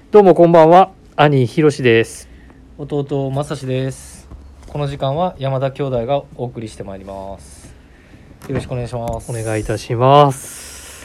どうもこんばんは、兄ひろしです。 弟まさしです。この時間は山田兄弟がお送りしてまいります。よろしくお願いします。 お願いいたします。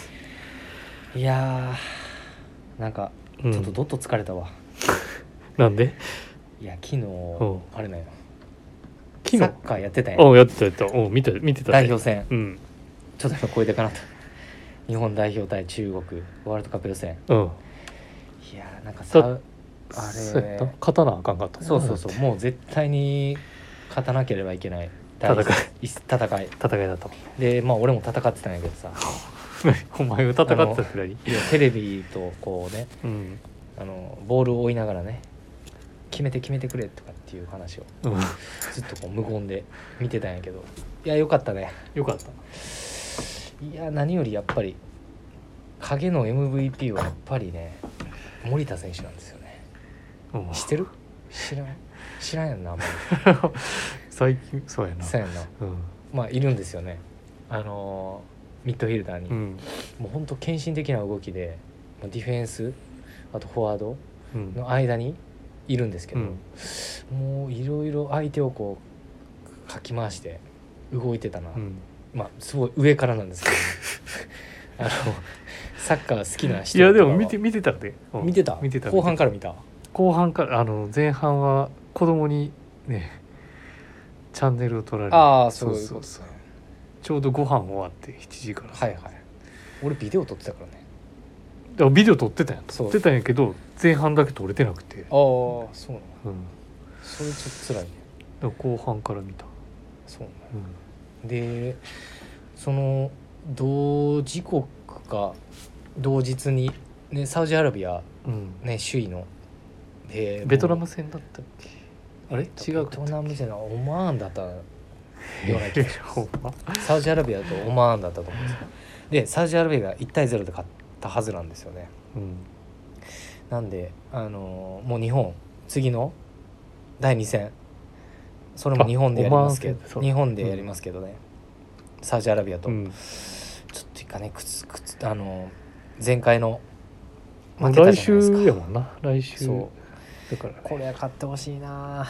いやー、なんかちょっとどっと疲れたわ、 なんで？ いや昨日あれなんよ、 昨日サッカーやってたんや。 やってた見てた代表戦、 ちょっと今超えてかなと。日本代表対中国ワールドカップ予選。いやーなんかさ、あれ勝たなあかんかった。 そうもう絶対に勝たなければいけない戦いだったで、まあ俺も戦ってたんやけどさお前が戦ってたくらい。 いやテレビとこうね、ボールを追いながらね、決めてくれとかっていう話をずっとこう無言で見てたんやけど、いやよかったね。 よかった。 いや何よりやっぱり影の MVP はやっぱりね森田選手なんですよね。知ってる？知らんやんなあんまり最近そうやな。 まあいるんですよね、ミッドフィルダーに、もうほんと献身的な動きでディフェンスあとフォワードの間にいるんですけど、もういろいろ相手をこうかき回して動いてたな、まあすごい上からなんですけど、ね、サッカー好きな人。 いやでも見てたで。 見てた後半から見た。 後半から前半は子供にねチャンネルを取られる。 ああそういうことですね。 ちょうどご飯終わって7時から。 はいはい。俺ビデオ撮ってたからね。 だからビデオ撮ってたんやけど前半だけ撮れてなくて。ああそうなの。それちょっと辛いね。 だから後半から見た。 そうなの。でその同時刻か同日にねサウジアラビアね、首位のでベトナム戦だったっけ？あれ違うかったっけ？ ベトナム戦はオマーンだったような気がしますサウジアラビアとオマーンだったと思うんですよ。でサウジアラビアが1対0で勝ったはずなんですよね。なんでもう日本次の第2戦それも日本でやりますけど、日本でやりますけどね、サウジアラビアと、ちょっと一回ね前回の負けたじゃないですか。 来週やもんな。来週そうだから、ね、これは勝ってほしいな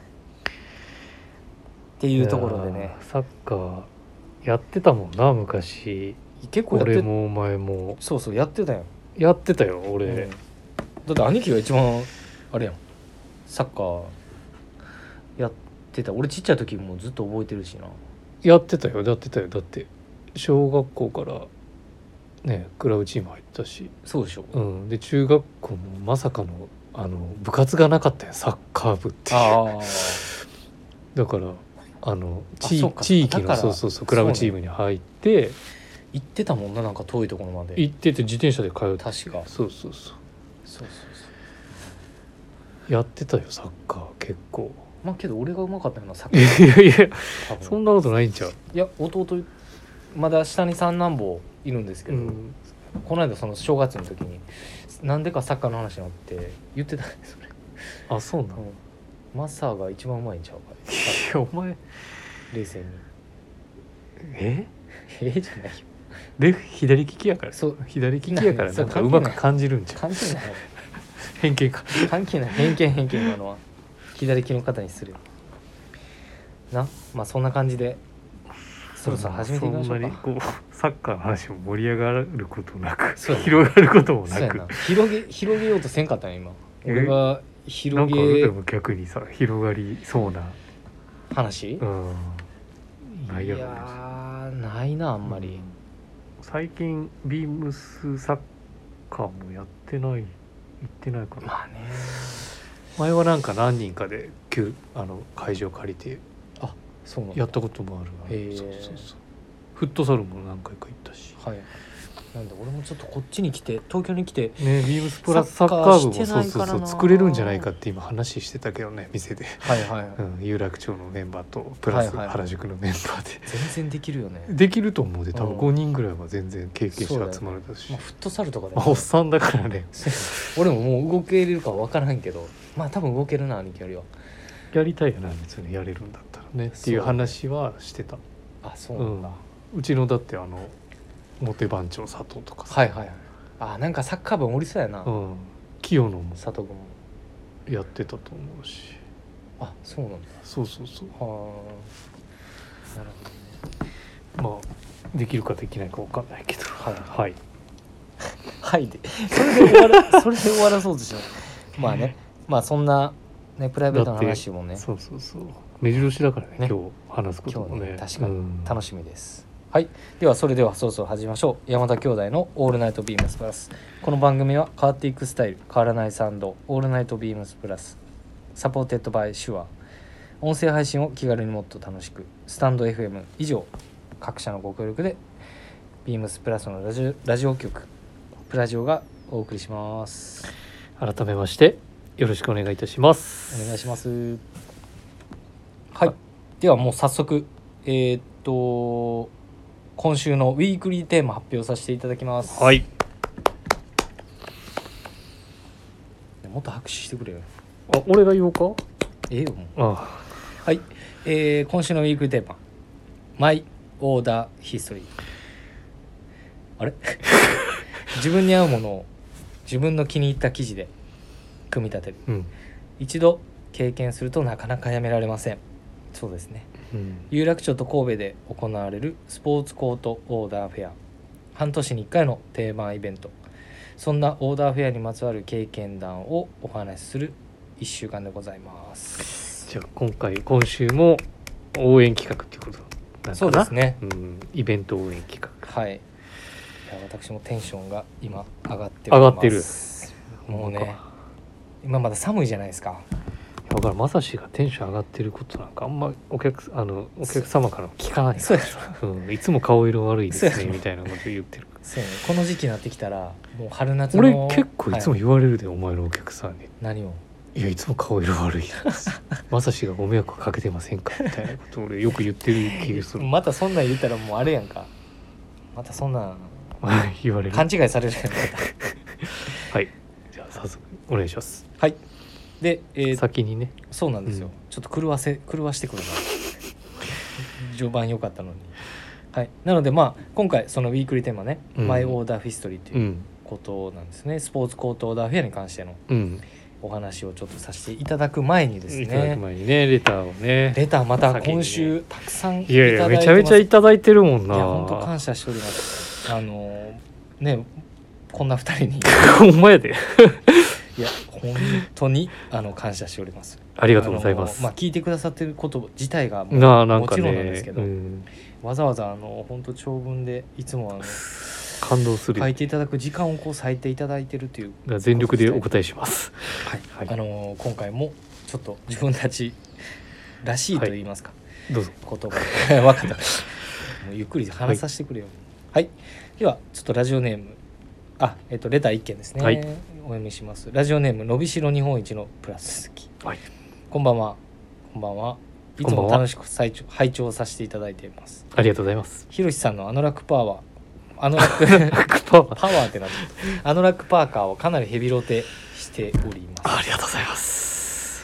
っていうところでね。 サッカーやってたもんな昔。 結構俺もお前も。 そうやってたよ。 やってたよ俺、 だって兄貴が一番あれやん、サッカーやってた。俺ちっちゃい時もずっと覚えてるしな。 やってたよ。だって小学校からねクラブチーム入ったし。 そうでしょ。 で中学校もまさかの部活がなかったよ、サッカー部っていう。だから地域のそうクラブチームに入って行ってたもんな。なんか遠いところまで行ってて自転車で通って。 確かそうやってたよサッカー結構。 まあけど俺がうまかったよなサッカー。 いやそんなことないんちゃう。 いや弟まだ下に三男坊いるんですけど、この間その正月の時になんでかサッカーの話になって言ってたんですそれ。 あ、そうなの。 マサーが一番うまいんちゃうか。 いやお前冷静にじゃないよ。 左利きやから。そう左利きやからなんかうまく感じるんちゃう。 関係ない偏見か。 関係ない。偏見なのは左利きの方にするな。まあそんな感じでそろそろ始めていきましょうか。 そんなにこうサッカーの話も盛り上がることなく広がることもなく広げようとせんかったね今。俺が広げなんかでも逆にさ広がりそうな話ないやろ。 いやないなあんまり。 最近ビームスサッカーもやってない、行ってないかな。 まあね、 前はなんか何人かで会場借りてやったこともあるな。そうフットサルも何回か行ったし。 なんで俺もちょっとこっちに来て東京に来てね、ビームスプラスサッカー部もそう作れるんじゃないかって今話してたけどね、店で。有楽町のメンバーとプラス原宿のメンバーで全然できるよね。 できると思うで、多分5人ぐらいは全然経験者集まるだし、 フットサルとかでおっさんだからね。 俺ももう動けれるか分からんけど、まあ多分動けるな兄貴よりは。 やりたいよな別にやれるんだったらねっていう話はしてた。 あ、そうなんだ。 うちのだってモテ番長佐藤とかさ。 あ、なんかサッカー部おりそうやな。 清野も佐藤君もやってたと思うし。 あ、そうなんだ。 そうそうそう。 はあ、なるまあできるかできないか分かんないけど、 はいはいはいでそれで終わらそうとしない。まあね、まあそんなねプライベートの話もね、 そうそうそう、目白押しだからね、 ね今日話すこともね、 確かに楽しみです。はい、ではそれではそろそろ始めましょう。山田兄弟のオールナイトビームスプラス。この番組は変わっていくスタイル、変わらないサウンド、オールナイトビームスプラス、サポーテッドバイシュア。音声配信を気軽にもっと楽しく、スタンド FM 以上各社のご協力でビームスプラスのラジオ局プラジオがお送りします。 改めましてよろしくお願いいたします。 お願いします。はい、ではもう早速今週のウィークリーテーマ発表させていただきます。 はい。 もっと拍手してくれよ。 あ、俺が言おうか。 よもう。 あはい、今週のウィークリーテーマ、マイオーダーヒストリー。あれ自分に合うものを自分の気に入った生地で組み立てる、 うん、 一度経験するとなかなかやめられません。そうですね、有楽町と神戸で行われるスポーツコートオーダーフェア、半年に1回の定番イベント。そんなオーダーフェアにまつわる経験談をお話しする1週間でございます。 じゃあ今週も応援企画っていうことなんかな。 そうですね、 イベント応援企画。 はい。私もテンションが今上がっております。 上がってる。 もうね、今まだ寒いじゃないですか。 だからまさしがテンション上がってることなんかあんまお客様から聞かない。 そうやろ、いつも顔色悪いですねみたいなこと言ってる。 そうね、この時期になってきたらもう春夏の。 俺結構いつも言われるで、お前のお客さんに。 何を。 いや、いつも顔色悪いですまさしがご迷惑かけてませんかみたいなことを俺よく言ってる気がするまたそんなん言ったらもうあれやんか。またそんなん言われる。 勘違いされるやんかはい、じゃあ早速お願いします。 はい。で、 先にね。 そうなんですよ、ちょっと狂わしてくるな序盤良かったのに。はい、なのでまあ今回そのウィークリーテーマね、マイオーダーヒストリーということなんですね。スポーツコートオーダーフェアに関してのお話をちょっとさせていただく前にですね、 いただく前にね、レターをね。 レターまた今週たくさんいただいてます。 いやいや、めちゃめちゃいただいてるもんな。 いや本当感謝しております。ね、こんな2人にほんまやでいや本当に感謝しております。 ありがとうございます。 聞いてくださってること自体がももちろんなんですけど、わざわざ本当長文でいつも感動する書いていただく時間を割いていただいてるという、 全力でお答えします。 はい、今回もちょっと自分たちらしいと言いますか、 どうぞ言葉分かったもうゆっくり話させてくれよ。はい、ではちょっとラジオネームレター1件ですね、 はい、 お読みします。ラジオネームのびしろ日本一のプラス好き、 はい、 こんばんは。こんばんは。いつも楽しく拝聴させていただいています。 ありがとうございます。 ひろしさんのアノラックパワーってなってアノラックパーカーをかなりヘビロテしております。 ありがとうございます。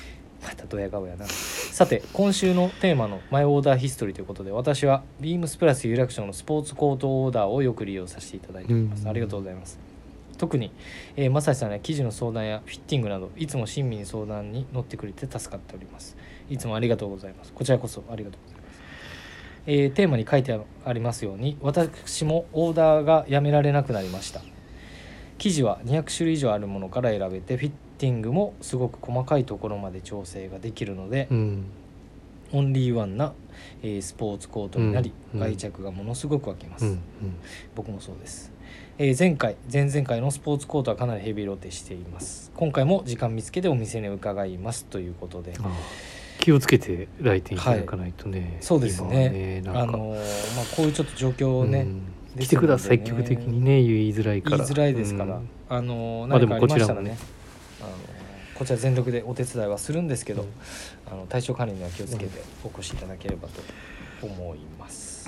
またドヤ顔やな。さて今週のテーマのマイオーダーヒストリーということで、私はビームスプラス有楽町のスポーツコートオーダーをよく利用させていただいております。ありがとうございます。特に、まさしさんや記事の相談やフィッティングなどいつも親身に相談に乗ってくれて助かっております。いつもありがとうございます。こちらこそありがとうございます。テーマに書いてありますように、私もオーダーがやめられなくなりました。生地は200種類以上あるものから選べて、フィッティングもすごく細かいところまで調整ができるので、オンリーワンな、スポーツコートになり、愛着がものすごく湧きます。僕もそうです。前々回のスポーツコートはかなりヘビーロテしています。今回も時間見つけてお店に伺いますということで、 気をつけて来店いただかないとね。 そうですね。こういうちょっと状況をね、 来てください積極的にね言いづらいから。 言いづらいですから、何かありましたらね、こちら全力でお手伝いはするんですけど、体調管理には気をつけてお越しいただければと思います。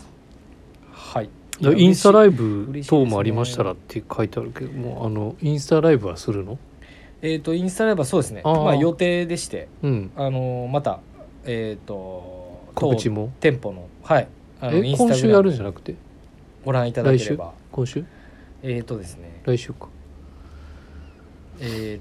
はい。 インスタライブ等もありましたらって書いてあるけども、インスタライブはするの？ インスタライブはそうですね、予定でして、また告知も店舗の、インスタグラム今週やるんじゃなくてご覧いただければ。 今週？ ですね、 来週か。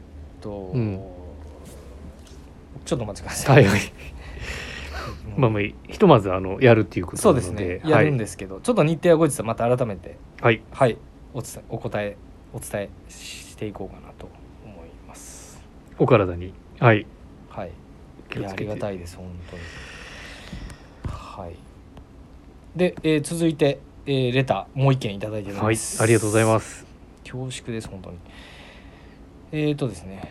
うん、 ちょっと待ってください。 はいはいまあまあひとまずやるっていうことなので、 そうですね、やるんですけど、ちょっと日程は後日また改めてはい、 はい、お伝えしていこうかなと思います。 お体にはいはい、 気をつけて。 いやありがたいです本当に。はい。で、続いて、レターもう一件いただいております。 はい、ありがとうございます。 恐縮です本当に。ですね、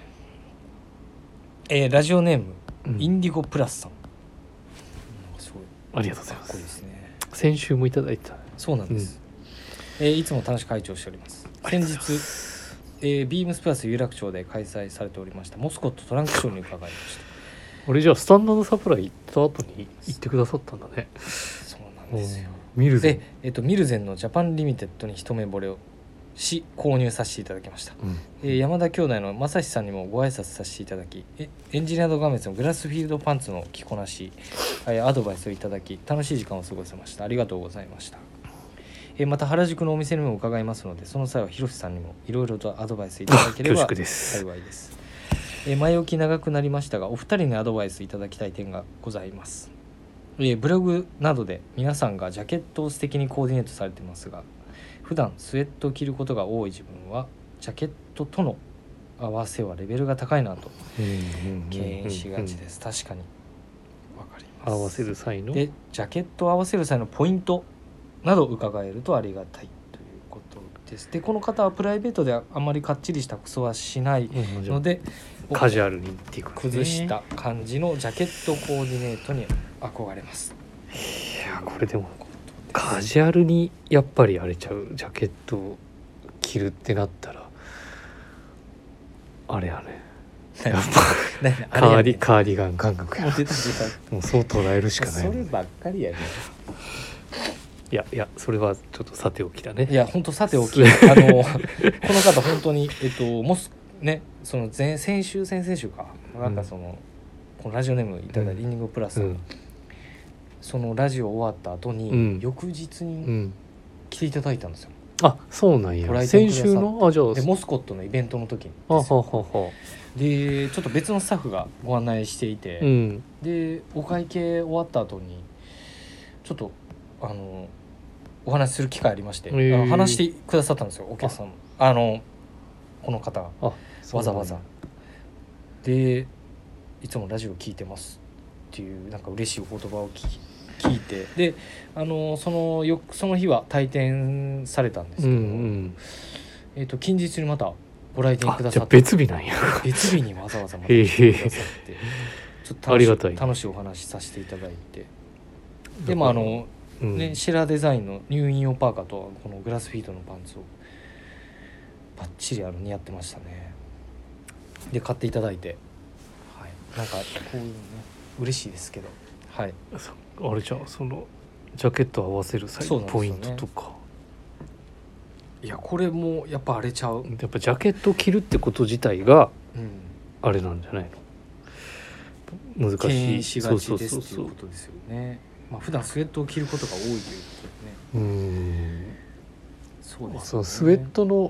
ラジオネーム、インディゴプラスさん、すごいありがとうございます。 かっこいいですね。 先週もいただいた。 そうなんです、いつも楽しく会長しております。先日、ビームスプラス有楽町で開催されておりましたモスコットトランクショーに伺いました。 俺じゃあスタンダードサプライ行った後に行ってくださったんだね。 そうなんですよ。 ミルゼンで、ミルゼンのジャパンリミテッドに一目惚れをし購入させていただきました。山田兄弟の正志さんにもご挨拶させていただき、エンジニアードガーメンツのグラスフィールドパンツの着こなし、アドバイスをいただき楽しい時間を過ごせました。ありがとうございました。また原宿のお店にも伺いますので、その際は広瀬さんにもいろいろとアドバイスいただければ幸いです。前置き長くなりましたが、お二人にアドバイスいただきたい点がございます。ブログなどで皆さんがジャケットを素敵にコーディネートされていますが、普段スウェットを着ることが多い自分はジャケットとの合わせはレベルが高いなと敬遠しがちです。確かにわかります。 合わせる際のでジャケットを合わせる際のポイントなど伺えるとありがたいということです。でこの方はプライベートではあまりかっちりした服装はしないので、 カジュアルにっていうか、 崩した感じのジャケットコーディネートに憧れます。 いやこれでもカジュアルにやっぱりあれちゃう、ジャケットを着るってなったらあれやね、やっぱカーディガン感覚や。もうそう捉えるしかない。 そればっかりやね。 いやそれはちょっとさておきだね。 いや本当さておきこの方本当にもしね、その先々週か、なんかそのこのラジオネームいただいたインディングプラス、そのラジオ終わった後に、翌日に来ていただいたんですよ。 あ、そうなんや。先週のじゃあでモスコットのイベントの時にでちょっと別のスタッフがご案内していて、でお会計終わった後にちょっとお話しする機会ありまして、話してくださったんですよ、お客さんこの方がわざわざで、いつもラジオ聞いてますっていうなんか嬉しいお言葉を聞いて、でその日は退店されたんですけど、近日にまたご来店くださって、 別日なんや。 別日にわざわざまた来てくださってちょっと楽しいお話しさせていただいて、でもシェラデザインの入院用パーカーとこのグラスフィードのパンツをバッチリ似合ってましたね。で買っていただいて、はい、なんかこういうのね嬉しいですけど、はい、 あれじゃあそのジャケット合わせる際のポイントとか、 いやこれもやっぱあれちゃう、 やっぱジャケットを着るってこと自体があれなんじゃないの、難しい、 敬遠しがちですっていうことですよね。まあ普段スウェットを着ることが多いということでね。そうですね。 そのスウェ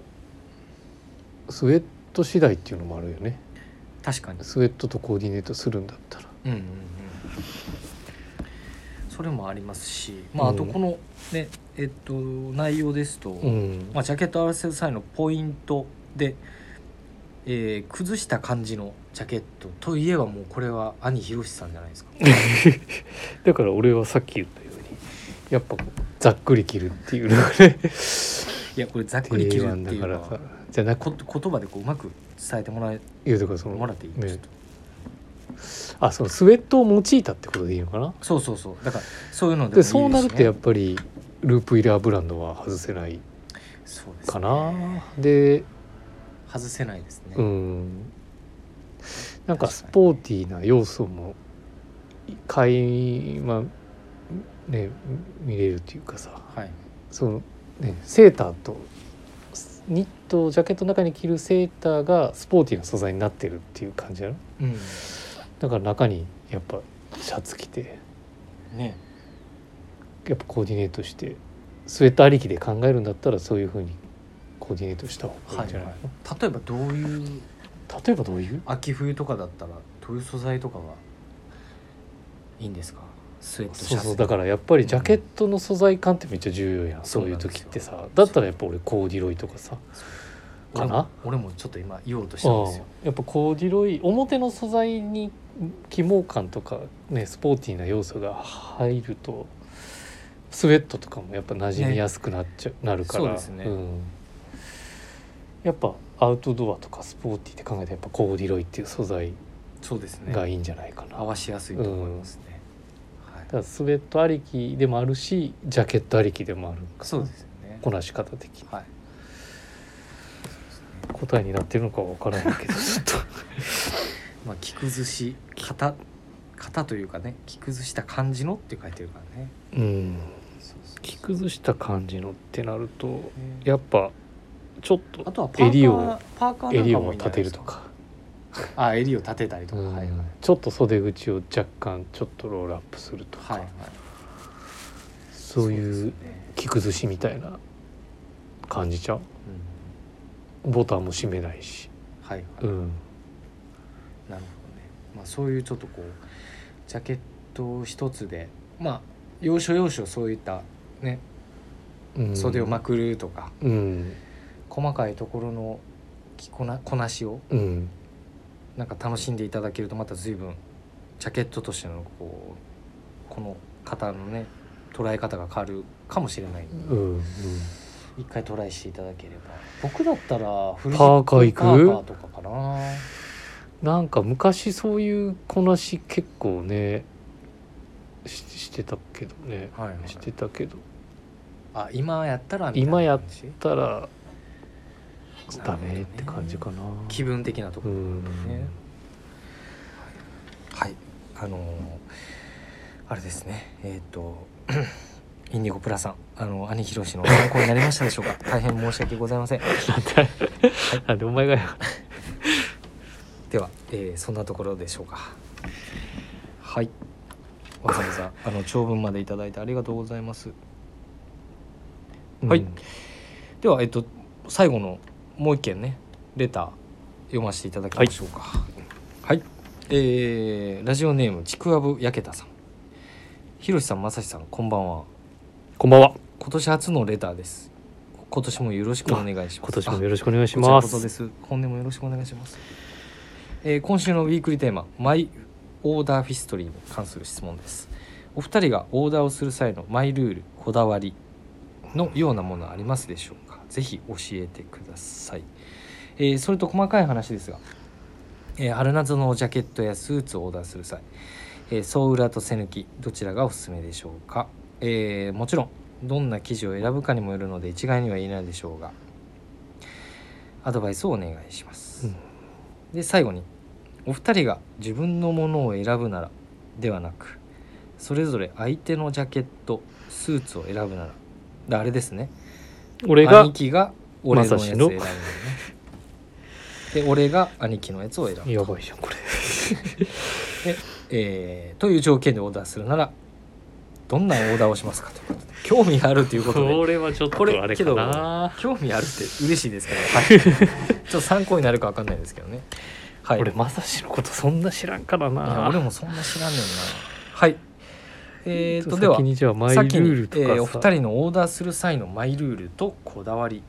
ット次第っていうのもあるよね。 確かにスウェットとコーディネートするんだったら、 それもありますし、まああとこのね内容ですと、まあジャケット合わせる際のポイントで、崩した感じのジャケットといえばもうこれは兄ひろしさんじゃないですか。 だから俺はさっき言ったようにやっぱざっくり着るっていうのがねいやこれざっくり着るっていうのはじゃなく言葉でこううまく伝えてもらっていい、ね、 そのスウェットを用いたってことでいいのかな。 そうだからそういうのでもいいですね。 そうなるとやっぱりループイラーブランドは外せないかな。で外せないですね。 なんかスポーティーな要素も見れるっていうかさ、そのねセーターとニットジャケットの中に着るセーターがスポーティーな素材になってるっていう感じやろ、だから中にやっぱシャツ着てね、 やっぱコーディネートしてスウェットありきで考えるんだったらそういう風にコーディネートした方がいいんじゃないの、 例えばどういう例えばどういう？ 秋冬とかだったらどういう素材とかがいいんですか？スウェットシャツ。 そうだからやっぱりジャケットの素材感ってめっちゃ重要やん、そういう時ってさ。だったらやっぱ俺コーディロイとかさかな。 俺もちょっと今言おうとしたんですよ。 やっぱコーディロイ、表の素材に起毛感とかね、スポーティーな要素が入るとスウェットとかもやっぱ馴染みやすくななるから、 そうですね、 やっぱアウトドアとかスポーティーって考えたらやっぱコーディロイっていう素材がいいんじゃないかな。 合わしやすいと思いますね。 だからスウェットありきでもあるしジャケットありきでもあるから。 そうですよね、 こなし方的に、 はい、 答えになってるのかは分からないけどちょっとまあ着崩し型というかね、着崩した感じのって書いてるからね。 着崩した感じのってなるとやっぱちょっとあとは襟を立てるとか、 襟を立てたりとか、 ちょっと袖口を若干ちょっとロールアップするとか、そういう着崩しみたいな感じちゃう、ボタンも閉めないし、 なるほどね。まあそういうちょっとこうジャケット一つでまあ要所要所そういったね、袖をまくるとか、細かいところのこなしを、なんか楽しんでいただけるとまた随分ジャケットとしてのこの方のね捉え方が変わるかもしれないので、一回トライしていただければ。僕だったらフルジップパーカーとかかな。 なんか昔そういうこなし結構ねしてたけどね、してたけど、 今やったらダメって感じかな、気分的なところね。はい、あれですね、インディゴプラさん、兄ひろしの参考になりましたでしょうか？大変申し訳ございません。 なんでお前がやでは、そんなところでしょうか。はい、わざわざ長文までいただいてありがとうございます。はい、では最後のもう一件ねレター読ませていただきましょうか。はい、ラジオネームちくわぶやけたさん。ひろしさん、まさしさん、こんばんは。 こんばんは。 今年初のレターです。今年もよろしくお願いします。 今年もよろしくお願いします。 こちらこそです。本年もよろしくお願いします。今週のウィークリーテーマ、マイオーダーフィストリーに関する質問です。お二人がオーダーをする際のマイルール、こだわりのようなものありますでしょうか？ぜひ教えてください。それと細かい話ですが、春夏のジャケットやスーツをオーダーする際、総裏と背抜きどちらがおすすめでしょうか？もちろんどんな生地を選ぶかにもよるので一概には言えないでしょうが、アドバイスをお願いします。で最後に、お二人が自分のものを選ぶならではなく、それぞれ相手のジャケットスーツを選ぶなら、あれですね、兄貴が俺のやつを選ぶのね。で俺が兄貴のやつを選ぶ。 やばいじゃんこれで、という条件でオーダーするならどんなオーダーをしますかということで、興味があるということで、 これはちょっとあれかな。 興味あるって嬉しいですから、はい、ちょっと参考になるか分かんないですけどね。はい、 俺まさしのことそんな知らんからな。 いや俺もそんな知らんねんな。はい、では先にじゃあマイルールとかさ、 お二人のオーダーする際のマイルールとこだわり。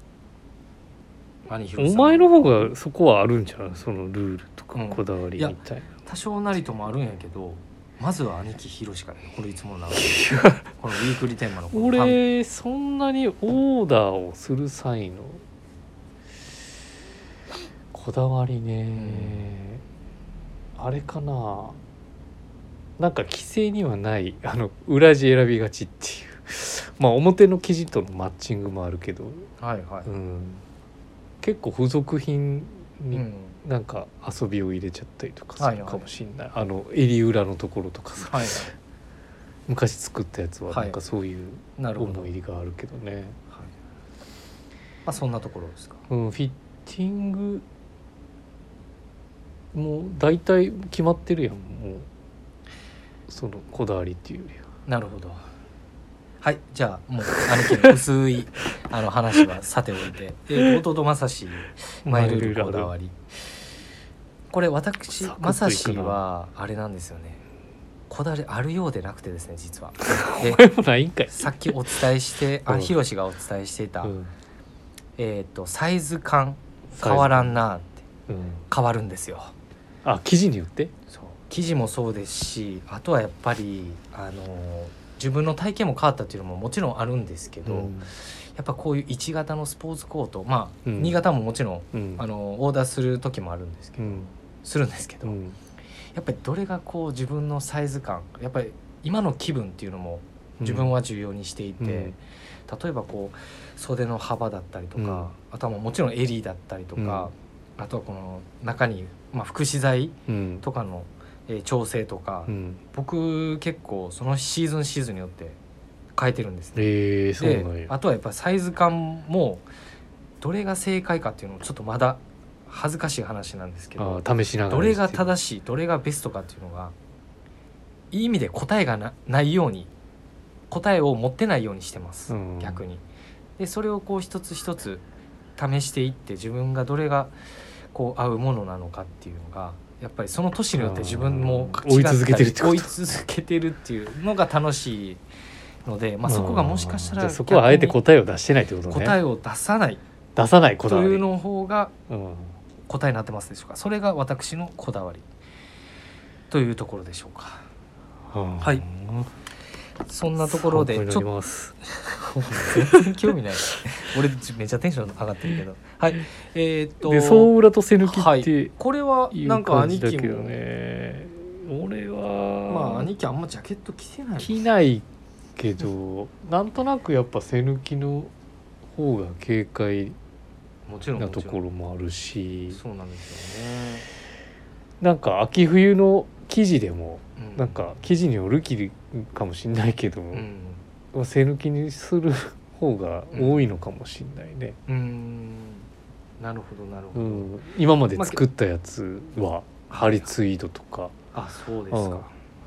お前の方がそこはあるんじゃない？そのルールとかこだわりみたいな、 多少なりともあるんやけど、まずは兄貴ひろしからね。これいつもの流れこのウィークリーテーマの俺そんなにオーダーをする際のこだわりね、あれかな、なんか規制にはない裏地選びがちっていうまあ表の生地とのマッチングもあるけど、結構付属品になんか遊びを入れちゃったりとかするかもしれない、襟裏のところとかさ、昔作ったやつはなんかそういう思い入りがあるけどね。 まあそんなところですか。 フィッティングもう大体決まってるやん、もうそのこだわりっていうよりは。 なるほど。はい、じゃあもう兄貴の薄い話はさておいて、弟正志マイルールこだわり、 これ私サクッといくなまさしはあれなんですよね、こだわりあるようでなくてですね、実はお前もないんかい。 さっきお伝えしてヒロシがお伝えしていた、 うんサイズ感変わらんなってうん、 変わるんですよ。 あ、生地によって。 そう生地もそうですし、あとはやっぱり自分の体型も変わったっていうのももちろんあるんですけど、やっぱこういう1型のスポーツコート、まあ、2型ももちろん、オーダーする時もあるんですけど、するんですけど、やっぱりどれがこう自分のサイズ感、やっぱり今の気分っていうのも自分は重要にしていて、例えばこう袖の幅だったりとか、あとはもちろん襟だったりとか、あとはこの中に、副資材とかの、調整とか、僕結構そのシーズンによって変えてるんですね。 そうなんや。 であとはやっぱサイズ感もどれが正解かっていうのもちょっとまだ恥ずかしい話なんですけど、 試しながらどれが正しいどれがベストかっていうのがいい意味で答えがないように、答えを持ってないようにしてます、逆に。でそれをこう一つ一つ試していって、自分がどれがこう合うものなのかっていうのがやっぱりその年によって自分も追い続けてるってこと。 追い続けてるっていうのが楽しいので、そこがもしかしたらそこはあえて答えを出してないってことね。 答えを出さないこだわりというの方が答えになってますでしょうか。それが私のこだわりというところでしょうか。はい、そんなところでちょっと全然興味ない俺めっちゃテンション上がってるけど、はい、 で総裏と背抜きって、 これはなんか兄貴もね、俺は兄貴あんまジャケット着てない着ないけどなんとなくやっぱ背抜きの方が軽快なところもあるし、 そうなんですよね。 なんか秋冬の生地でも、なんか生地によるきかもしんないけど、背抜きにする方が多いのかもしんないね。 なるほどなるほど。 今まで作ったやつはハリツイードとか。 あ、そうですか。なるほどなる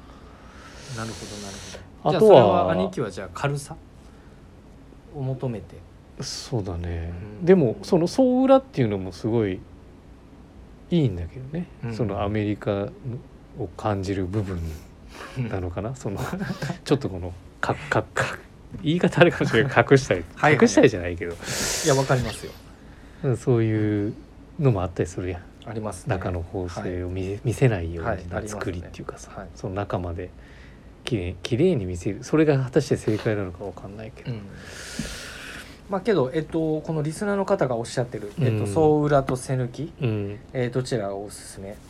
ほど。あとはそれは兄貴はじゃあ軽さを求めて。 そうだね。でもその総裏っていうのもすごいいいんだけどね、そのアメリカを感じる部分なのかな、そのちょっとこの言い方あれかもしれない隠したいじゃないけど、 いやわかりますよ。 そういうのもあったりするやん。 ありますね。 中の縫製を見せないような作りっていうかさ、その中まできれいに見せる、それが果たして正解なのかわかんないけど、 けど、このリスナーの方がおっしゃってる、総裏と背抜き、どちらがおすすめ、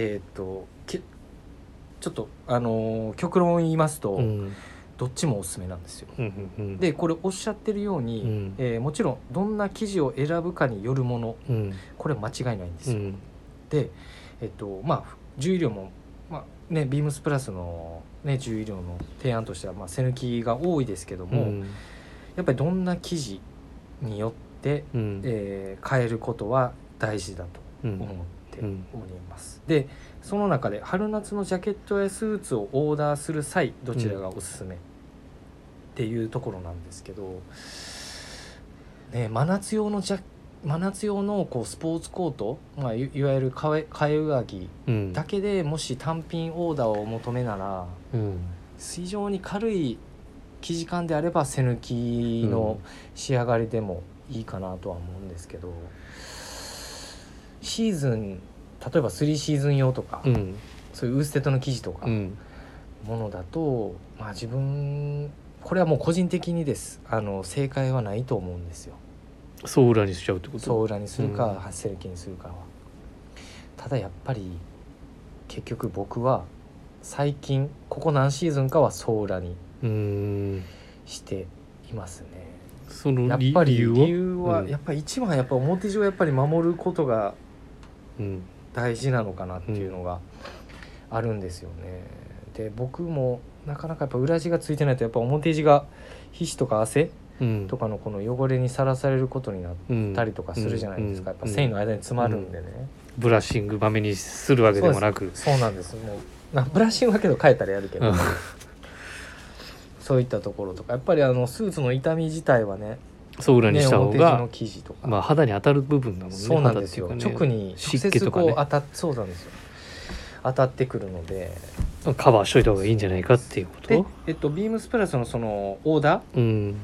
ちょっと極論を言いますと、どっちもおすすめなんですよ。でこれおっしゃってるように、もちろんどんな生地を選ぶかによるもの、これは間違いないんですよ。で重衣料も、ビームスプラスの、重衣料の提案としては、背抜きが多いですけども、やっぱりどんな生地によって、変えることは大事だと思っております。でその中で春夏のジャケットやスーツをオーダーする際どちらがおすすめっていうところなんですけど、真夏用のこうスポーツコート、いわゆる替え上着だけでもし単品オーダーを求めなら、非常に軽い生地感であれば背抜きの仕上がりでもいいかなとは思うんですけど、シーズン例えば3シーズン用とか、そういうウーステッドの生地とかものだと、自分これはもう個人的にです正解はないと思うんですよ。 総裏にしちゃうってこと？ 総裏にするか、背抜きにするかは。ただやっぱり結局僕は最近ここ何シーズンかは総裏にしていますね。 そのやっぱり理由は、やっぱり一番やっぱ表地をやっぱり守ることが大事なのかなっていうのがあるんですよね。で僕もなかなかやっぱ裏地がついてないとやっぱ表地が皮脂とか汗とかのこの汚れにさらされることになったりとかするじゃないですか。やっぱ繊維の間に詰まるんでね、 ブラッシングまめにするわけでもなく。 そうなんです。もうブラッシングはけど変えたらやるけど、そういったところとかやっぱりスーツの傷み自体はねそう裏にした方表地が、 の生地とか、 まあ、肌に当たる部分だもんね。 そうなんですよ、 肌っていうかね、 直に直湿気接とかねこうそうなんですよ、当たってくるので。 カバーしといた方がいいんじゃないかっていうことで、ビームスプラスのそのオーダー、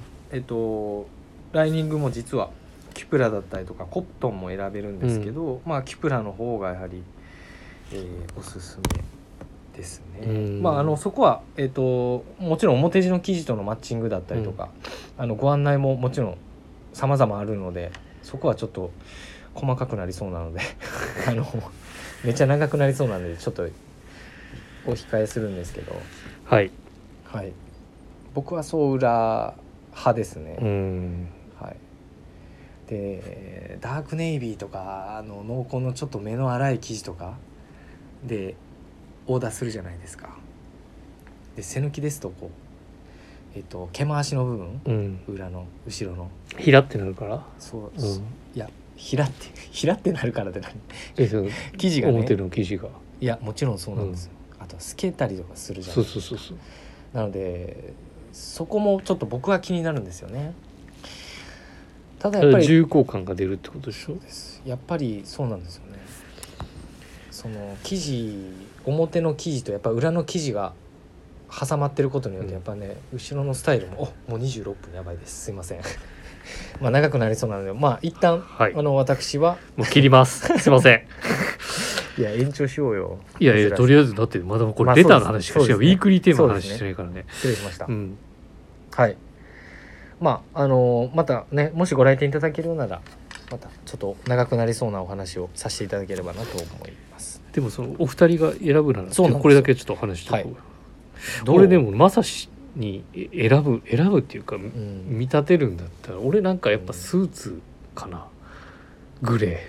ライニングも実はキュプラだったりとかコットンも選べるんですけど、まあキュプラの方がやはり、おすすめですね。まあそこは、もちろん表地の生地とのマッチングだったりとか、ご案内ももちろん様々あるので、そこはちょっと細かくなりそうなのでめっちゃ長くなりそうなのでちょっとお控えするんですけど、 はい、 はい、僕はそう裏派ですね。はい、でダークネイビーとか濃厚のちょっと目の粗い生地とかでオーダーするじゃないですか。で背抜きですとこう、毛回しの部分、裏の後ろのひらってなるから、 そう、いやひらってなるからって何生地がね、表の生地が、 いやもちろんそうなんですよ、あと透けたりとかするじゃないですか。そうなのでそこもちょっと僕は気になるんですよね。ただやっぱり重厚感が出るってことでしょ。 やっぱりそうなんですよね。その生地、表の生地とやっぱ裏の生地が挟まってることによってやっぱね、後ろのスタイルももう26分やばいです、すいませんまあ長くなりそうなので、まあ一旦、はい、私はもう切りますすいませんいや延長しようよ。 いやとりあえずだってまだこれレターの話しかしない、ウィークリーテーマの話してないからね。 失礼しました、はい。まあまたね、もしご来店いただけるならまたちょっと長くなりそうなお話をさせていただければなと思います。 でもそのお二人が選ぶならこれだけちょっとお話しておこう。俺でもまさしに選ぶっていうか、見立てるんだったら俺なんかやっぱスーツかな、グレ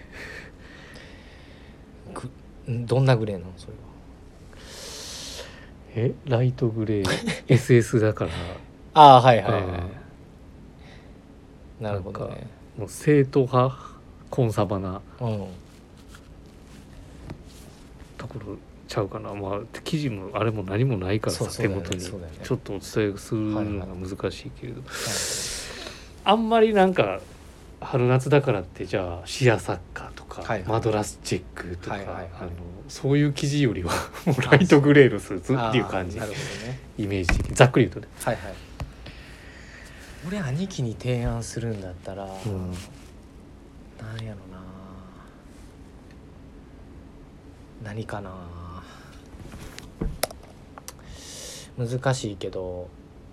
ー。どんなグレーなのそれは。 ライトグレーSS だからああはいはい、なるほどね。 もう正統派コンサバなところちゃうかな。まあ生地もあれも何もないからさ、手元にちょっとお伝えするのが難しいけれど、あんまりなんか春夏だからってじゃあシアサッカーとか、マドラスチェックとか、そういう生地よりはもうライトグレーのスーツっていう感じ、イメージ的にざっくり言うとね。 はいはい。俺兄貴に提案するんだったら、なんやろな、何かな、難しいけど、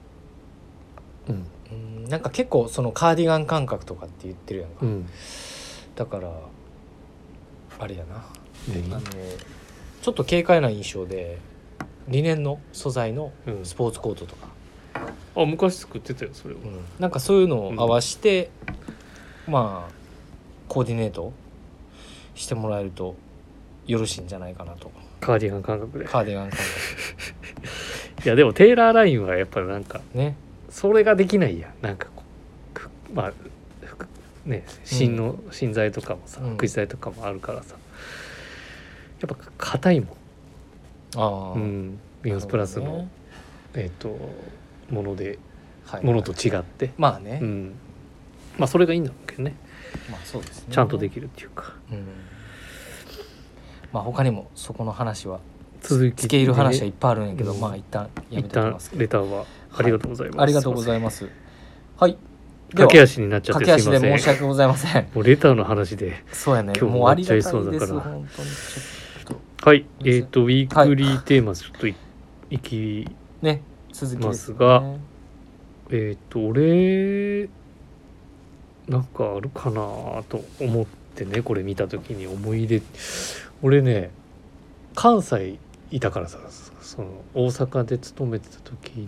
なんか結構そのカーディガン感覚とかって言ってるやんか、だからあれやな、ちょっと軽快な印象でリネンの素材のスポーツコートとか、 昔作ってたよそれは、 なんかそういうのを合わして、まあコーディネートしてもらえるとよろしいんじゃないかなと。 カーディガン感覚で。 カーディガン感覚いやでもテーラーラインはやっぱりなんかね、 それができないやん。なんかまあね、芯材とかもさ、副材とかもあるからさ、やっぱ硬いもん。ビームスプラスのもので、ものと違ってまあね、 まあそれがいいんだろうけどね。 まあそうですね、 ちゃんとできるっていうか、 まあ他にもそこの話は付け入る話はいっぱいあるんやけど、まあ一旦やめておきますけど、 レターはありがとうございます。 ありがとうございます。はい。 駆け足になっちゃってすいません。 駆け足で申し訳ございません。 もうレターの話でそうやね。 今日も終わっちゃいそうだから。 本当にちょっとはい。ウィークリーテーマちょっといきますが、俺なんかあるかなと思ってね、これ見た時に思い出、俺ね関西いたからさ、その大阪で勤めてた時に、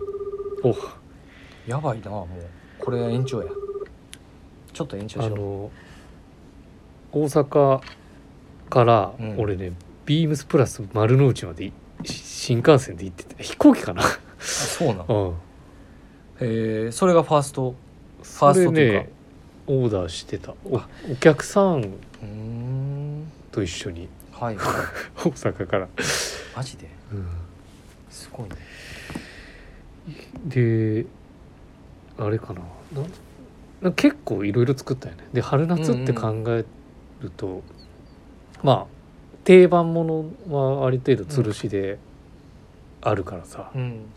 やばいな、もうこれ延長や、ちょっと延長しよう。 大阪から俺ね、ビームスプラス丸の内まで新幹線で行ってて、飛行機かな。 そうなの。それがファーストそれねオーダーしてた。お客さんと一緒に大阪からマジで、すごいね。 であれかな、 結構いろいろ作ったよね。で春夏って考えると、まあ定番ものはある程度吊るしであるからさ、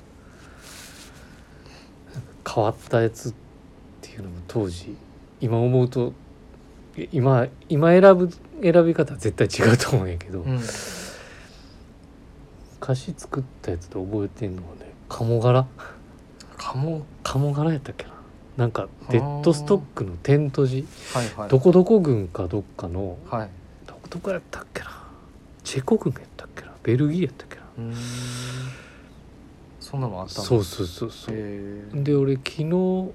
変わったやつっていうのも当時今思うと今選び方は絶対違うと思うんやけど、昔作ったやつで覚えてんのはね、鴨柄やったっけな、なんかデッドストックのテント地、どこどこ軍かどっかの、どこやったっけな、チェコ軍やったっけな、ベルギーやったっけな、 そんなのあったの？ そうで俺昨日の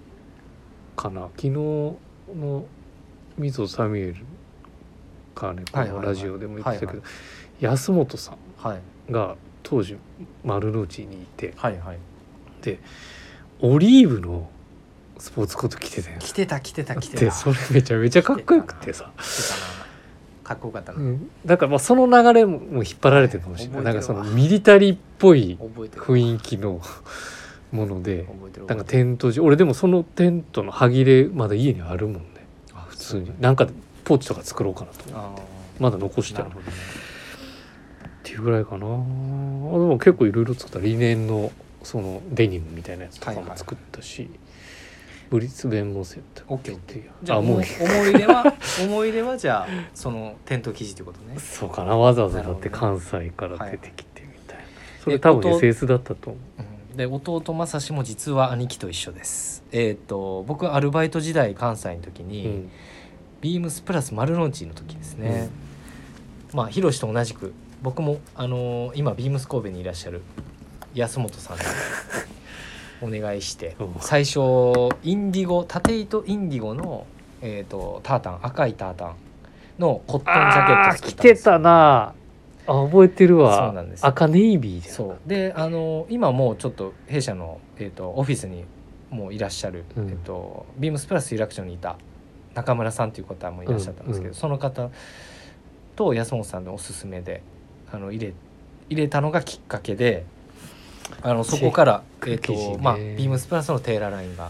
溝サミュエルかね、このラジオでも言ってたけど、安本さんが当時丸の内にいて、でオリーブのスポーツコート着てたよ。 着てたでそれめちゃめちゃかっこよくてさ、 かっこよかったな、 だからまあその流れも引っ張られてるかもしれない。なんかそのミリタリーっぽい雰囲気のもので、なんかテント地、俺でもそのテントの歯切れまだ家にあるもんね。普通になんかポーチとか作ろうかなとまだ残してるっていうぐらいかな。でも結構いろいろ作った。リネンのそのデニムみたいなやつとかも作ったし、ブリスベンモセット。 じゃあ思い出はじゃあそのテント生地ってことね。 そうかな、わざわざだって関西から出てきてみたいな、それ多分 SS だったと思う。 で弟正志も実は兄貴と一緒です。僕アルバイト時代関西の時に、ビームスプラス丸の内の時ですね、まあヒロシと同じく僕も今ビームス神戸にいらっしゃる安本さんにお願いして最初インディゴ、縦糸インディゴの、タータン、赤いタータンのコットンジャケット作ったんです。 着てたなあ、覚えてるわ。 そうなんですよ。 赤ネイビーじゃん。 そうで今もうちょっと弊社の、オフィスにもういらっしゃる、ビームスプラス有楽町にいた中村さんという方もいらっしゃったんですけど、その方と安本さんのおすすめで入れたのがきっかけで、そこから、ビームスプラスのテーラーラインが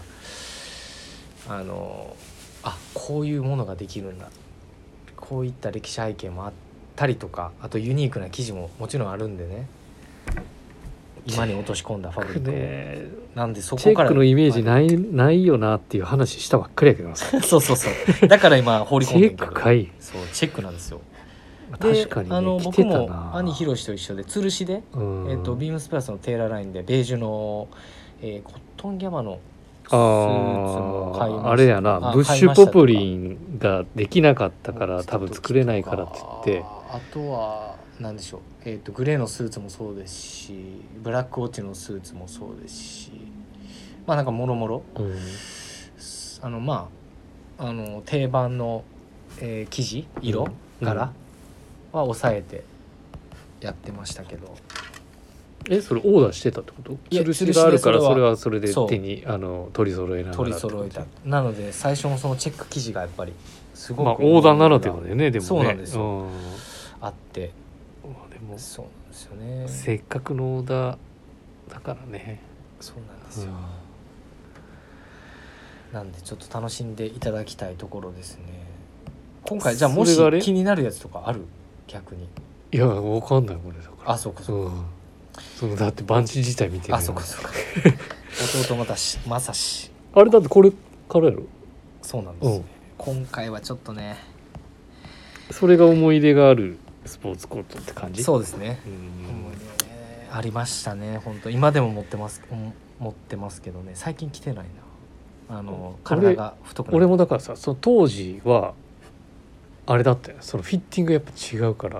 こういうものができるんだ、こういった歴史背景もあったりとか、あとユニークな生地ももちろんあるんでね、今に落とし込んだファブリックなんで、そこからチェックのイメージないよなっていう話したばっかりやけどそうだから今放り込んでるけど、 チェックかい。 そうチェックなんですよ。 確かに、ね、 僕も兄ひろしと一緒で吊るしで、ビームスプラスのテーラーラインでベージュの、コットンギャマのスーツも買いました。 あれやな、ブッシュポプリンができなかったから多分作れないからって言って、 あとは何でしょう、グレーのスーツもそうですし、ブラックウォッチのスーツもそうですし、まあなんかもろもろ定番の、生地色柄は抑えてやってましたけど、 それオーダーしてたってこと？吊るしがあるからそれはそれで手に取り揃えながらなので最初のそのチェック生地がやっぱりすごくオーダーならではでね、でもね、 そうなんですよ、あって、 でもそうなんですよね、 せっかくのオーダーだからね。 そうなんですよ、なんでちょっと楽しんでいただきたいところですね。今回じゃあもし気になるやつとかある？逆に。 いやわかんないこれだから。 そうか、 だってバンチ自体見てる。 そうか弟まさしあれだってこれからやろ。 そうなんですね、今回はちょっとね、 それが思い出があるスポーツコートって感じ。 そうですね、思い出ありましたね。本当今でも持ってますけどね、最近着てないな。体が太くなる。 俺もだからさ、その当時はあれだったよ、そのフィッティングやっぱ違うから、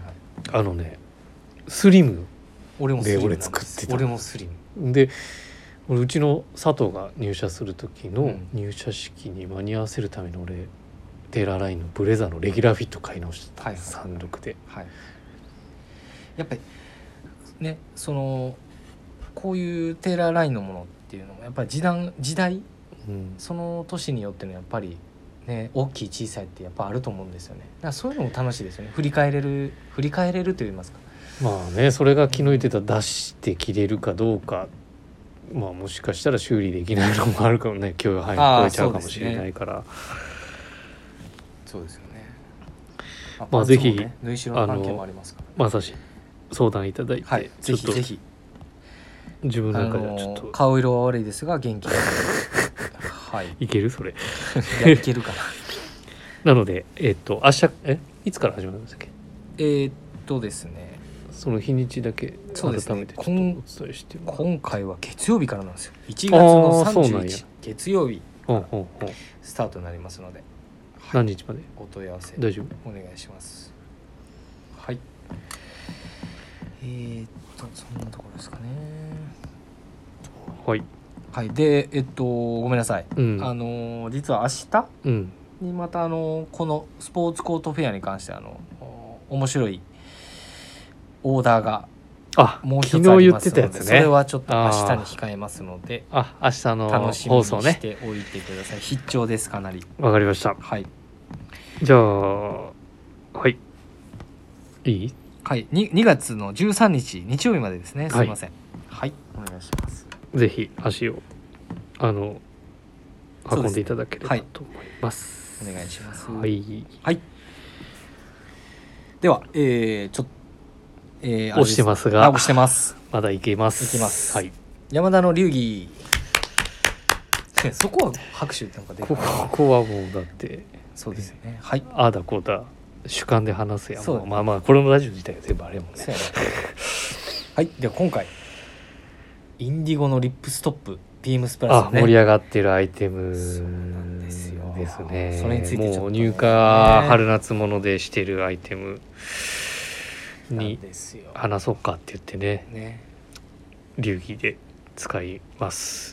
スリムで俺作ってた。 俺もスリムで、俺うちの佐藤が入社する時の入社式に間に合わせるために俺テーラーラインのブレザーのレギュラーフィット買い直してた、36で、 やっぱりね、こういうテーラーラインのものっていうのもやっぱり時代、その年によってのやっぱりね、大きい小さいってやっぱあると思うんですよね。だからそういうのも楽しいですよね。振り返れると言いますか。 まあね、それが昨日言ってた出して着れるかどうかっまあもしかしたら修理できないのもあるかもね、許容範囲を超えちゃうかもしれないから、 そうですよね。 まあぜひ縫い代の関係もありますから、 まさし相談いただいて、 はい、ぜひぜひ自分の中ではちょっと顔色は悪いですが元気はい、 いけるそれいけるかな。なので明日いつから始まるんですっけ。 ですね、 その日にちだけ改めてちょっとお伝えして今回は月曜日からなんですよ。1月の31日月曜日スタートになりますので、 何日までお問い合わせ大丈夫お願いします。はい、そんなところですかね。 はいはい。でごめんなさい、実は明日にまたこのスポーツコートフェアに関して面白いオーダーがもう一つありますので、 昨日言ってたやつね、 それはちょっと明日に控えますので、 明日の楽しみにしておいてください。必聴です、かなり。 わかりました。 はい。 じゃあはいいい？ はい、2月の13日日曜日までですね。すいません。はい、お願いします。 ぜひ足を運んでいただければと思います。 お願いします。 はい。 はい。ではちょっと押してますが、 押してます。 まだいけます。 いきます。 はい。 山田の流儀。そこは拍手なんか出る。 ここはもうだってそうですよね。はい。 ああだこうだ主観で話すやん。 もうまあまあこれもラジオ自体が全部あれもんね。 はい。では今回インディゴのリップストップビームスプラス、ね、 盛り上がってるアイテムですね。 それについてちょっと、ね、 もう入荷春夏物でしてるアイテムに話そうかって言ってね流儀で使います。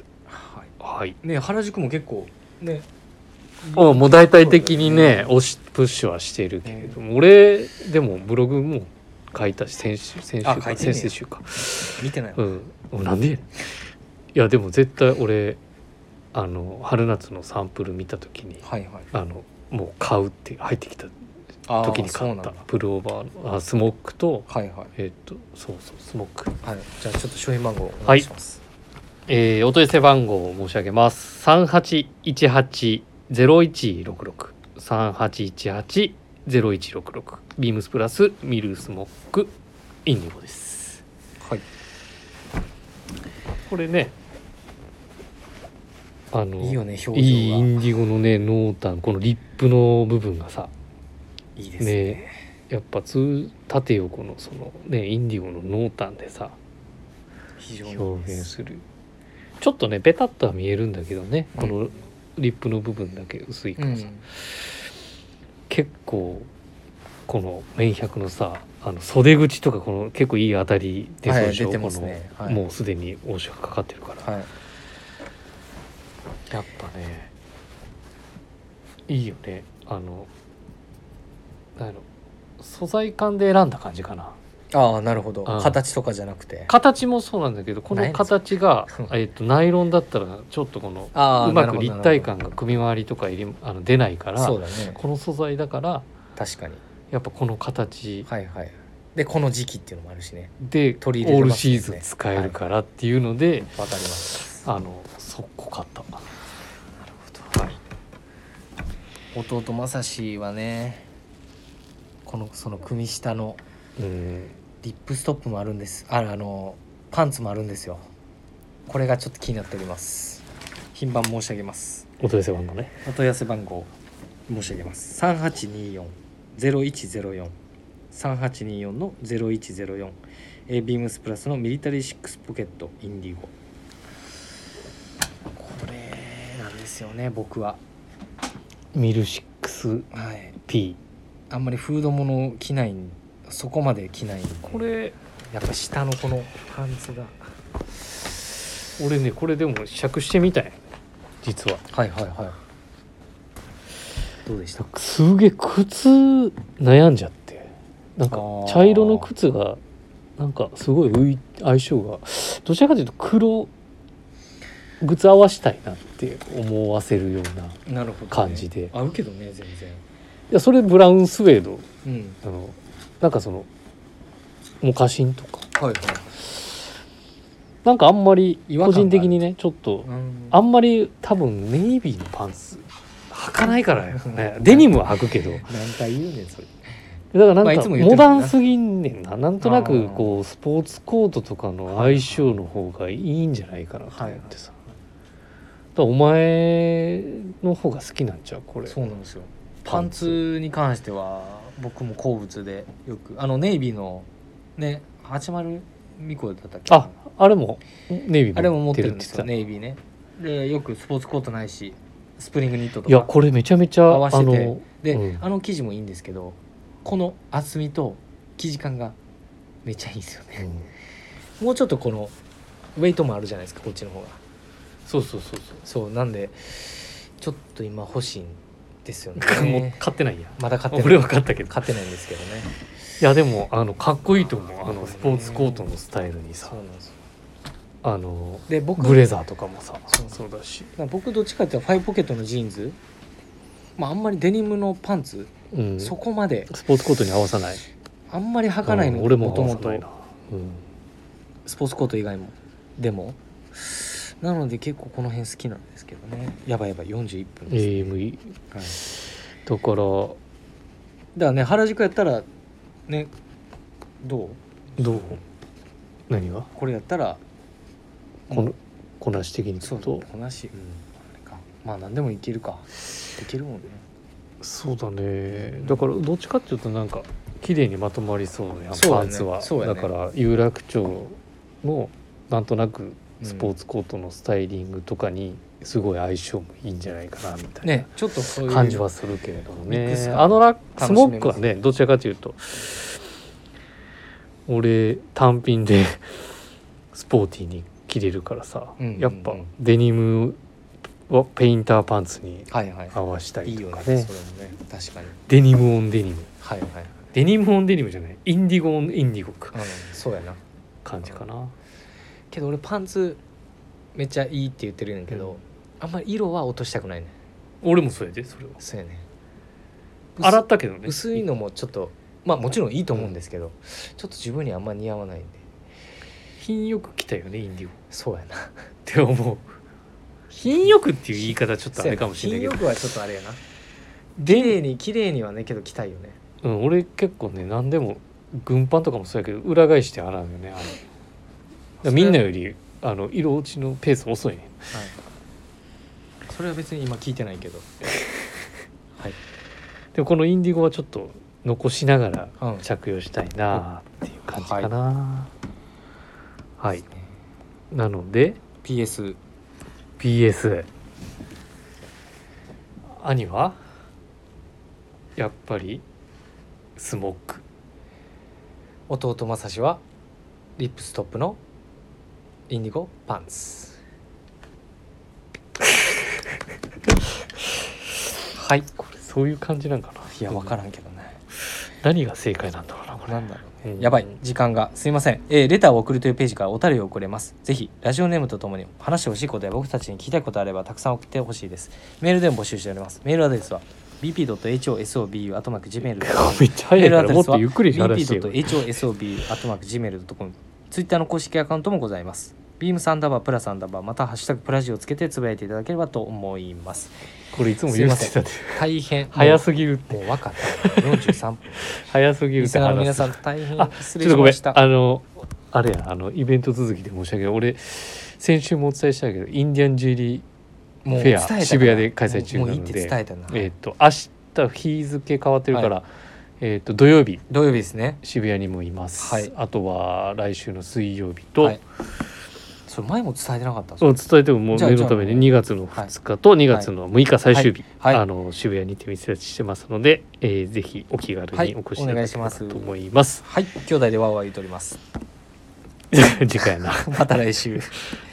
はい、 はい、 ね、原宿も結構ねもう大体的にねプッシュはしてるけれども、俺でもブログも書いたし先々週か見てないわ、なんでいやでも絶対俺春夏のサンプル見た時に、もう買うって入ってきた時に買ったプルオーバーのスモックと、そうスモック、 はい、じゃあちょっと商品番号お願いします。 お問い合わせ番号を申し上げます。3818-0166 3818-0166ビームスプラスミルスモックインディゴです。 はい、 これねいいよね、表情がいいインディゴのね濃淡、このリップの部分がさいいですね。 やっぱ縦横のそのねインディゴの濃淡でさ表現する。ちょっとねベタっとは見えるんだけどね、このリップの部分だけ薄いからさ、結構この綿100のさ袖口とかこの結構いい当たり出そうでしょ、 出てますね。 もうすでに押しがかかってるから、やっぱねいいよね。素材感で選んだ感じかな。 ああ、なるほど。形とかじゃなくて、 形もそうなんだけど、この形がナイロンだったらちょっとこのうまく立体感が首回りとか出ないから、 そうだね、 この素材だから確かにやっぱこの形、 でこの時期っていうのもあるしね、 でオールシーズン使えるからっていうので、 わかります。 速攻買った。なるほど。弟正志はね、その組下のリップストップもあるんです。パンツもあるんですよ。これがちょっと気になっております。品番申し上げます。 お問い合わせ番号ね。 お問い合わせ番号申し上げます。3824-0104 3824の0104ビームスプラスのミリタリーシックスポケットインディゴ。これなんですよね、僕はミル 6P、 あんまりフードもの着ない、そこまで着ない。 これやっぱ下のこのパンツが、 俺ねこれでも試着してみたい実は。 どうでした？ すげえ靴悩んじゃって、なんか茶色の靴がなんかすごい相性がどちらかというと黒靴合わしたいなって思わせるような感じで、 合うけどね全然。 いやそれブラウンスウェード、なんかそのモカシンとか、 なんかあんまり違和感がある個人的にねちょっとあんまり多分ネイビーのパンツ履かないからねデニムは履くけど何回言うねんそれ。 だからなんまあいかつも言ってるもんなモダンすぎんねんな。なんとなくこうスポーツコートとかの相性の方がいいんじゃないかなと思ってさ、だからお前の方が好きなんちゃうこれ。 そうなんですよ。パンツに関しては僕も好物でよくネイビーのね80ミコだったっけ。 あれもネイビーあれも持ってるんですよ持ってるって言ってた。 ネイビーね。でよくスポーツコートないしスプリングニットとかいやこれめちゃめちゃ合わせてで、 うん生地もいいんですけどこの厚みと生地感がめっちゃいいんですよね、もうちょっとこのウェイトもあるじゃないですかこっちの方が。 そうそうそうなんでちょっと今欲しいんですよもうね。 買ってないや。 まだ買ってない。 俺は買ったけど。 買ってないんですけどね。 いやでもかっこいいと思う。スポーツコートのスタイルにさそうなんですよ。 でで僕ブレザーとかもさそうだし、 僕どっちかっていうとファイブポケットのジーンズ、あんまりデニムのパンツ、そこまでスポーツコートに合わさない。 あんまり履かないの、 俺ももともと合わさないな。 スポーツコート以外もでもなので結構この辺好きなんですけどね。やばい41分です、 AME はい、 だからだからね原宿やったらねどう何がこれやったらこなし的にそうとこなし、あれかまあ何でもいけるかいけるもんね。 そうだね。だからどっちかっていうとなんか綺麗にまとまりそうやんそうやねパンツは。 そうやねだから有楽町のなんとなくスポーツコートのスタイリングとかにすごい相性もいいんじゃないかなみたいな、 ねちょっとそういう感じはするけれどもね。 ミックス感スモックはねどちらかというと俺単品でスポーティーに着れるからさ、やっぱデニムはペインターパンツに合わしたりとかね。 いいよねそれもね確かに。 デニムオンデニム、 はいはい。 デニムオンデニムじゃないインディゴオンインディゴか、 そうやな感じかな。 けど俺パンツめっちゃいいって言ってるんやけど、あんまり色は落としたくないね。 俺もそうやでそれは。 そうやね。 洗ったけどね。 薄いのもちょっともちろんいいと思うんですけど、ちょっと自分にあんま似合わないんで。 品よく着たよねインディゴそうやなって思う。品よくっていう言い方ちょっとあれかもしれないけど、 品よくはちょっとあれやな。綺麗にはねけど着たいよね。 俺結構ね何でも軍パンとかもそうやけど裏返して洗うよね。みんなより色落ちのペース遅いね。 はい。それは別に今聞いてないけどはい。 でもこのインディゴはちょっと残しながら着用したいなっていう感じかな。はい、なので PS 兄はやっぱりスモック、 弟正志はリップストップのインディゴパンツはい。 これそういう感じなんかな。 いや分からんけどね何が正解なんだろうなこれ。 なんだろうね、やばい時間がすいません、レターを送るというページからお便りを送れます。ぜひラジオネームとともに話してほしいことや僕たちに聞きたいことあればたくさん送ってほしいです。メールでも募集しております。メールアドレスは bp.hosobu@gmail.com めっちゃ早いからもっとゆっくり話してよ。 bp.hosobu@gmail.com ツイッターの公式アカウントもございます。ビームサンダーバープラスアンダーバーまたハッシュタグプラジをつけてつぶやいていただければと思います。 これいつも言ってたで大変早すぎるってもう分かった43分早すぎるって話す。 皆さん大変失礼ちょっとごめんしました。 あれやイベント続きで申し訳ない。俺先週もお伝えしたけどインディアンジュエリーフェア渋谷で開催中なので、 伝えたな。 明日日付変わってるから、土曜日ですね。 渋谷にもいます、 はい、 あとは来週の水曜日と、 それ前も伝えてなかったんですか。伝えてももう念のために2月の2日と2月の6日最終日、渋谷にて店立ちしてますので、ぜひお気軽にお越しいただければと思います。 はい、兄弟でワーワー言うとおります。 次回なまた来週